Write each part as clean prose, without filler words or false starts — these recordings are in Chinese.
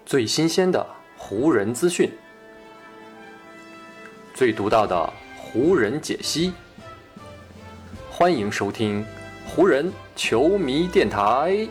最新鲜的湖人资讯，最独到的湖人解析。欢迎收听湖人球迷电台。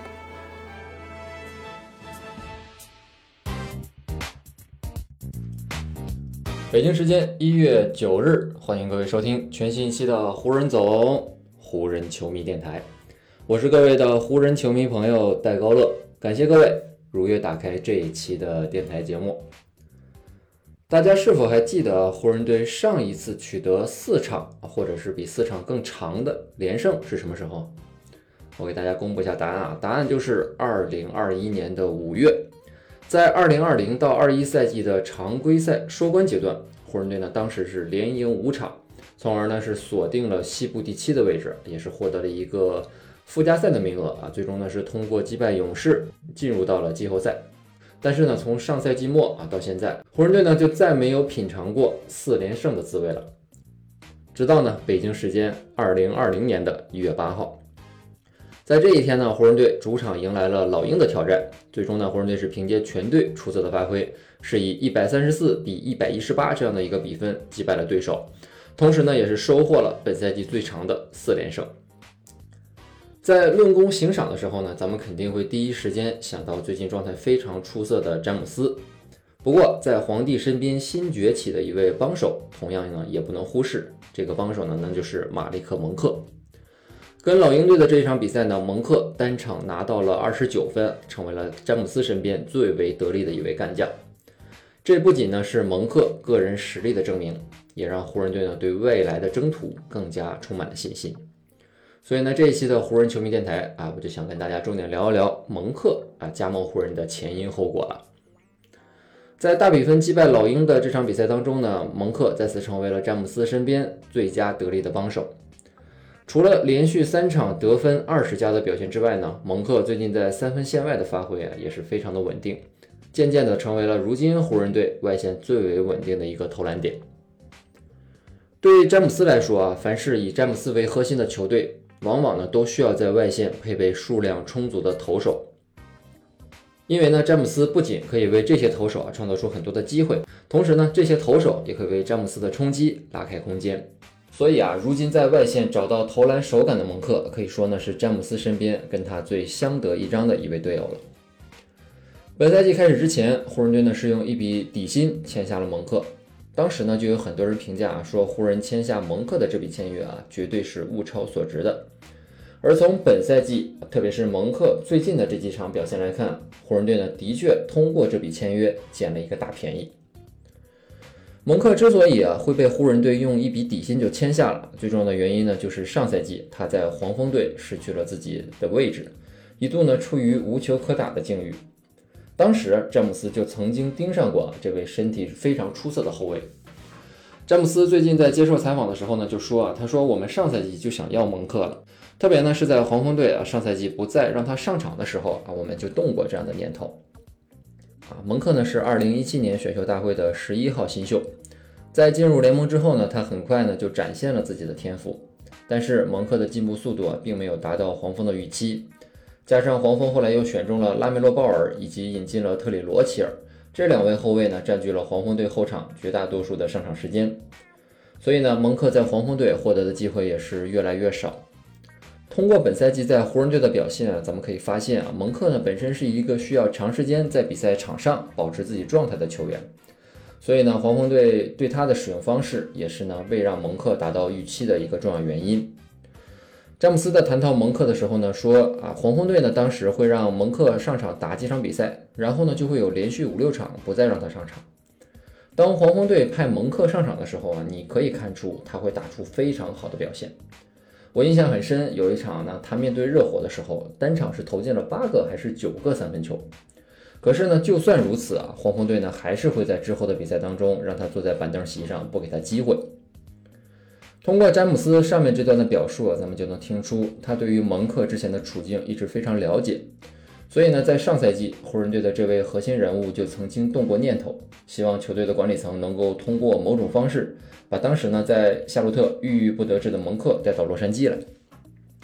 北京时间1月9日，欢迎各位收听全新一期的湖人总湖人球迷电台。我是各位的湖人球迷朋友戴高乐，感谢各位如约打开这一期的电台节目。大家是否还记得湖人队上一次取得4场或者是比4场更长的连胜是什么时候？我给大家公布一下答案答案就是2021年的5月。在2020到21赛季的常规赛收官阶段，湖人队呢当时是连赢5场，从而呢是锁定了西部第7的位置，也是获得了一个附加赛的名额最终呢是通过击败勇士进入到了季后赛。但是呢从上赛季末到现在，湖人队呢就再没有品尝过4连胜的滋味了。直到呢北京时间2020年的1月8号，在这一天呢，湖人队主场迎来了老鹰的挑战，最终呢湖人队是凭借全队出色的发挥，是以134比118这样的一个比分击败了对手，同时呢也是收获了本赛季最长的4连胜。在论功行赏的时候呢，咱们肯定会第一时间想到最近状态非常出色的詹姆斯。不过在皇帝身边新崛起的一位帮手，同样呢也不能忽视，这个帮手呢那就是马利克·蒙克。跟老鹰队的这一场比赛呢，蒙克单场拿到了29分，成为了詹姆斯身边最为得力的一位干将。这不仅呢是蒙克个人实力的证明，也让湖人队呢对未来的征途更加充满了信心。所以呢这一期的湖人球迷电台我就想跟大家重点聊一聊蒙克加盟湖人的前因后果了。在大比分击败老鹰的这场比赛当中呢，蒙克再次成为了詹姆斯身边最佳得力的帮手。除了连续3场得分20加的表现之外呢，蒙克最近在3分线外的发挥也是非常的稳定，渐渐的成为了如今湖人队外线最为稳定的一个投篮点。对詹姆斯来说凡是以詹姆斯为核心的球队，往往呢都需要在外线配备数量充足的投手。因为呢詹姆斯不仅可以为这些投手创造出很多的机会，同时呢这些投手也可以为詹姆斯的冲击拉开空间。所以如今在外线找到投篮手感的蒙克，可以说呢是詹姆斯身边跟他最相得益彰的一位队友了。本赛季开始之前，湖人队呢是用一笔底薪签下了蒙克，当时呢就有很多人评价说湖人签下蒙克的这笔签约绝对是物超所值的。而从本赛季特别是蒙克最近的这几场表现来看，湖人队呢的确通过这笔签约捡了一个大便宜。蒙克之所以会被湖人队用一笔底薪就签下了，最重要的原因呢就是上赛季他在黄蜂队失去了自己的位置，一度呢处于无球可打的境遇。当时詹姆斯就曾经盯上过这位身体非常出色的后卫。詹姆斯最近在接受采访的时候呢就说他说我们上赛季就想要蒙克了，特别呢是在黄蜂队上赛季不再让他上场的时候我们就动过这样的念头。蒙克呢是2017年选秀大会的11号新秀，在进入联盟之后呢，他很快呢就展现了自己的天赋，但是蒙克的进步速度并没有达到黄蜂的预期，加上黄蜂后来又选中了拉梅洛鲍尔以及引进了特里罗齐尔，这2位后卫呢占据了黄蜂队后场绝大多数的上场时间，所以呢蒙克在黄蜂队获得的机会也是越来越少。通过本赛季在湖人队的表现咱们可以发现蒙克呢本身是一个需要长时间在比赛场上保持自己状态的球员，所以呢黄蜂队对他的使用方式也是呢未让蒙克达到预期的一个重要原因。詹姆斯在谈到蒙克的时候呢说黄蜂队呢当时会让蒙克上场打几场比赛，然后呢就会有连续5-6场不再让他上场。当黄蜂队派蒙克上场的时候你可以看出他会打出非常好的表现。我印象很深，有一场呢他面对热火的时候，单场是投进了8个还是9个3分球。可是呢就算如此黄蜂队呢还是会在之后的比赛当中让他坐在板凳席上，不给他机会。通过詹姆斯上面这段的表述咱们就能听出他对于蒙克之前的处境一直非常了解。所以呢在上赛季湖人队的这位核心人物就曾经动过念头，希望球队的管理层能够通过某种方式把当时呢在夏洛特郁郁不得志的蒙克带到洛杉矶来。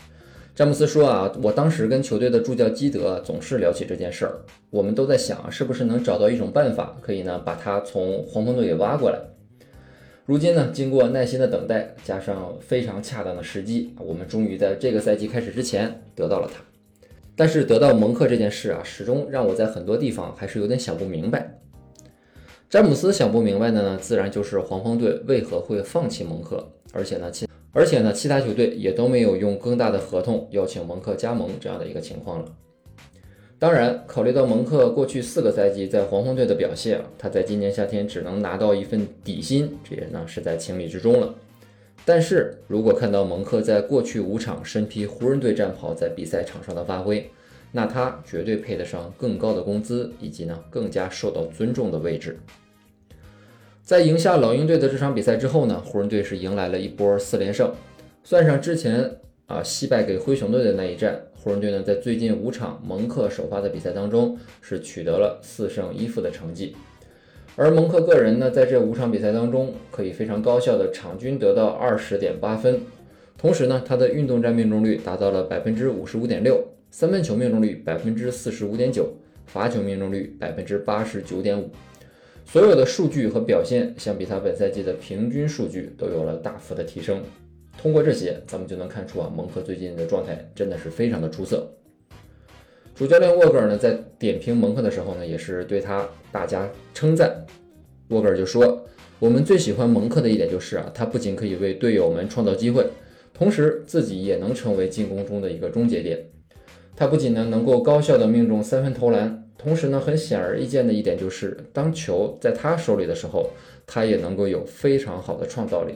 詹姆斯说啊，我当时跟球队的助教基德总是聊起这件事儿，我们都在想是不是能找到一种办法，可以呢把他从黄蜂队给挖过来。如今呢，经过耐心的等待，加上非常恰当的时机，我们终于在这个赛季开始之前得到了他。但是得到蒙克这件事啊，始终让我在很多地方还是有点想不明白。詹姆斯想不明白的呢，自然就是黄蜂队为何会放弃蒙克，而且呢，其他球队也都没有用更大的合同邀请蒙克加盟这样的一个情况了。当然，考虑到蒙克过去4个赛季在黄蜂队的表现，他在今年夏天只能拿到一份底薪，这也呢是在情理之中了。但是如果看到蒙克在过去5场身披湖人队战袍在比赛场上的发挥，那他绝对配得上更高的工资，以及呢更加受到尊重的位置。在赢下老鹰队的这场比赛之后呢，湖人队是迎来了一波4连胜，算上之前惜败给灰熊队的那一战，湖人队呢在最近5场蒙克首发的比赛当中是取得了4胜1负的成绩。而蒙克个人呢在这5场比赛当中可以非常高效的场均得到20.8分，同时呢他的运动战命中率达到了 55.6%， 三分球命中率 45.9%， 罚球命中率 89.5%，所有的数据和表现相比他本赛季的平均数据都有了大幅的提升。通过这些，咱们就能看出蒙克最近的状态真的是非常的出色。主教练沃格尔呢在点评蒙克的时候呢，也是对他大加称赞。沃格尔就说，我们最喜欢蒙克的一点就是他不仅可以为队友们创造机会，同时自己也能成为进攻中的一个终结点。他不仅呢能够高效的命中3分投篮，同时呢很显而易见的一点就是，当球在他手里的时候，他也能够有非常好的创造力。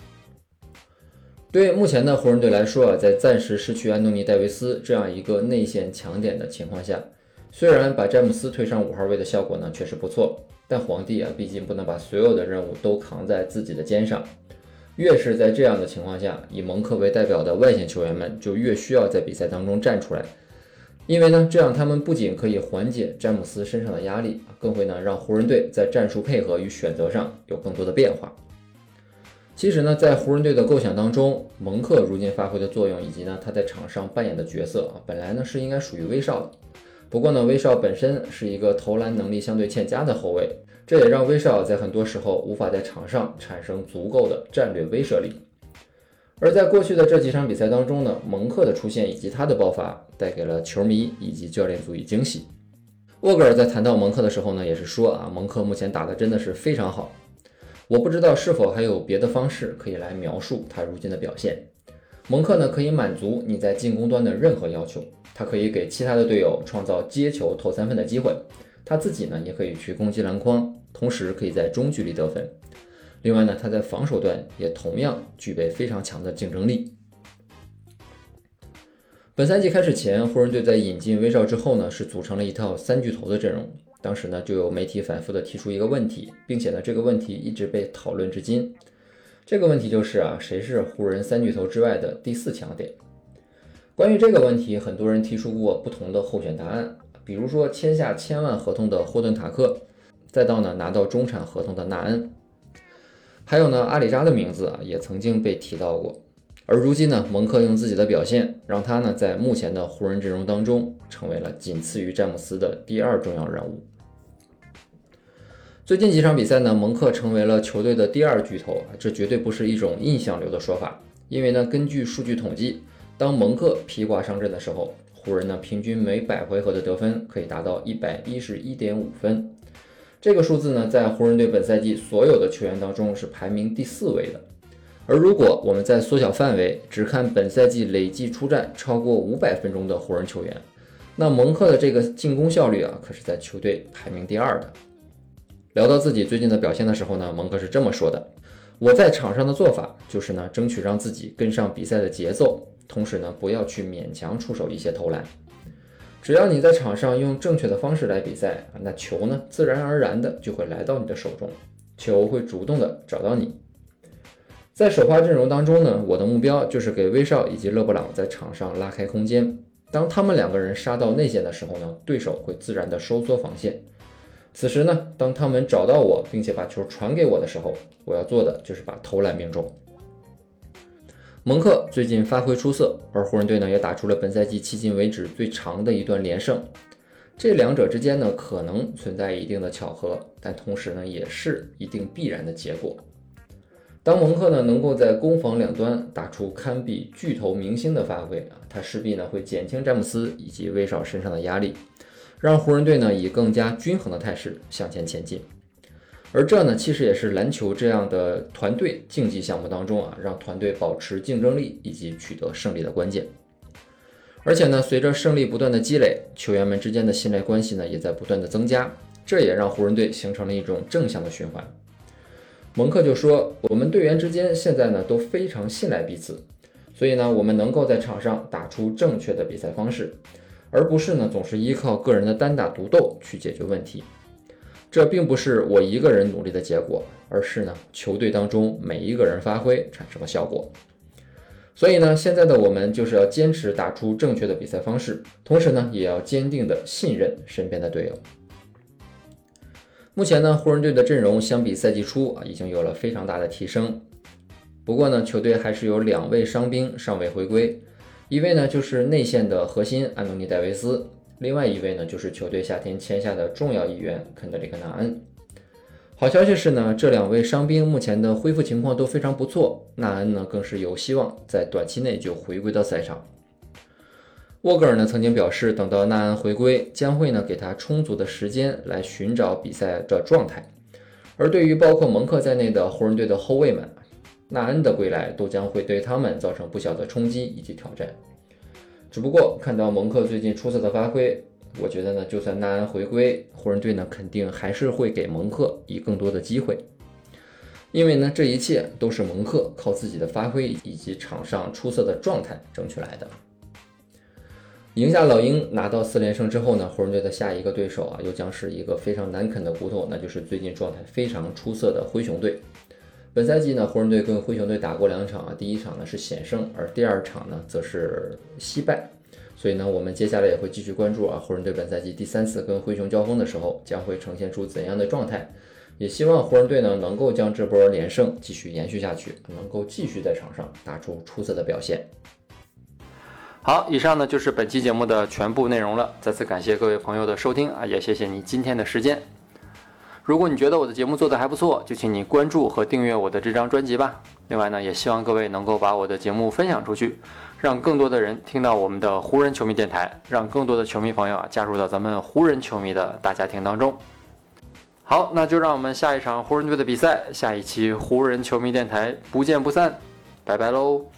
对目前的湖人队来说在暂时失去安东尼·戴维斯这样一个内线强点的情况下，虽然把詹姆斯推上5号位的效果呢确实不错，但皇帝毕竟不能把所有的任务都扛在自己的肩上。越是在这样的情况下，以蒙克为代表的外线球员们就越需要在比赛当中站出来，因为呢这样他们不仅可以缓解詹姆斯身上的压力，更会呢让湖人队在战术配合与选择上有更多的变化。其实呢，在湖人队的构想当中，蒙克如今发挥的作用以及呢他在场上扮演的角色本来呢是应该属于威少的。不过呢，威少本身是一个投篮能力相对欠佳的后卫，这也让威少在很多时候无法在场上产生足够的战略威慑力。而在过去的这几场比赛当中呢，蒙克的出现以及他的爆发带给了球迷以及教练组以惊喜。沃格尔在谈到蒙克的时候呢，也是说蒙克目前打的真的是非常好。我不知道是否还有别的方式可以来描述他如今的表现。蒙克呢可以满足你在进攻端的任何要求，他可以给其他的队友创造接球投3分的机会，他自己呢也可以去攻击篮筐，同时可以在中距离得分。另外呢，他在防守端也同样具备非常强的竞争力。本赛季开始前，湖人队在引进威少之后呢，是组成了一套3巨头的阵容。当时呢，就有媒体反复的提出一个问题，并且呢，这个问题一直被讨论至今。这个问题就是谁是湖人3巨头之外的第4强点？关于这个问题，很多人提出过不同的候选答案，比如说签下1000万合同的霍顿塔克，再到呢拿到中产合同的纳恩，还有呢阿里扎的名字也曾经被提到过。而如今呢，蒙克用自己的表现，让他呢在目前的湖人阵容当中成为了仅次于詹姆斯的第2重要人物。最近几场比赛呢，蒙克成为了球队的第2巨头，这绝对不是一种印象流的说法，因为呢根据数据统计，当蒙克披挂上阵的时候，湖人呢平均每100回合的得分可以达到 111.5 分，这个数字呢在湖人队本赛季所有的球员当中是排名第4位的。而如果我们在缩小范围，只看本赛季累计出战超过500分钟的湖人球员，那蒙克的这个进攻效率可是在球队排名第2的。聊到自己最近的表现的时候呢，蒙克是这么说的：我在场上的做法就是呢，争取让自己跟上比赛的节奏，同时呢，不要去勉强出手一些投篮。只要你在场上用正确的方式来比赛，那球呢，自然而然的就会来到你的手中，球会主动的找到你。在首发阵容当中呢，我的目标就是给威少以及勒布朗在场上拉开空间。当他们2个人杀到内线的时候呢，对手会自然的收缩防线。此时呢，当他们找到我，并且把球传给我的时候，我要做的就是把投篮命中。 蒙克最近发挥出色，而湖人队呢也打出了本赛季迄今为止最长的一段连胜。这两者之间呢可能存在一定的巧合，但同时呢也是一定必然的结果。当蒙克呢能够在攻防两端打出堪比巨头明星的发挥，他势必呢会减轻詹姆斯以及威少身上的压力，让湖人队呢以更加均衡的态势向前前进。而这呢其实也是篮球这样的团队竞技项目当中让团队保持竞争力以及取得胜利的关键。而且呢随着胜利不断的积累，球员们之间的信赖关系呢也在不断的增加，这也让湖人队形成了一种正向的循环。蒙克就说，我们队员之间现在呢都非常信赖彼此，所以呢我们能够在场上打出正确的比赛方式，而不是呢总是依靠个人的单打独斗去解决问题。这并不是我一个人努力的结果，而是呢球队当中每一个人发挥产生的效果。所以呢现在的我们就是要坚持打出正确的比赛方式，同时呢也要坚定的信任身边的队友。目前呢湖人队的阵容相比赛季初已经有了非常大的提升，不过呢球队还是有2位伤兵尚未回归，一位呢就是内线的核心安东尼戴维斯，另外一位呢就是球队夏天签下的重要一员肯德里克纳恩。好消息是呢这2位伤兵目前的恢复情况都非常不错，纳恩呢更是有希望在短期内就回归到赛场。沃格尔呢曾经表示，等到纳恩回归将会呢给他充足的时间来寻找比赛的状态。而对于包括蒙克在内的湖人队的后卫们，纳恩的归来都将会对他们造成不小的冲击以及挑战。只不过看到蒙克最近出色的发挥，我觉得呢就算纳恩回归，湖人队呢肯定还是会给蒙克以更多的机会，因为呢这一切都是蒙克靠自己的发挥以及场上出色的状态争取来的。赢下老鹰拿到4连胜之后呢，湖人队的下一个对手又将是一个非常难啃的骨头，那就是最近状态非常出色的灰熊队。本赛季呢湖人队跟灰熊队打过2场第一场呢是险胜，而第2场呢则是惜败。所以呢我们接下来也会继续关注湖人队本赛季第3次跟灰熊交锋的时候将会呈现出怎样的状态，也希望湖人队呢能够将这波连胜继续延续下去，能够继续在场上打出出色的表现。好，以上呢就是本期节目的全部内容了，再次感谢各位朋友的收听也谢谢你今天的时间。如果你觉得我的节目做得还不错，就请你关注和订阅我的这张专辑吧。另外呢也希望各位能够把我的节目分享出去，让更多的人听到我们的湖人球迷电台，让更多的球迷朋友加入到咱们湖人球迷的大家庭当中。好，那就让我们下一场湖人队的比赛，下一期湖人球迷电台不见不散，拜拜喽。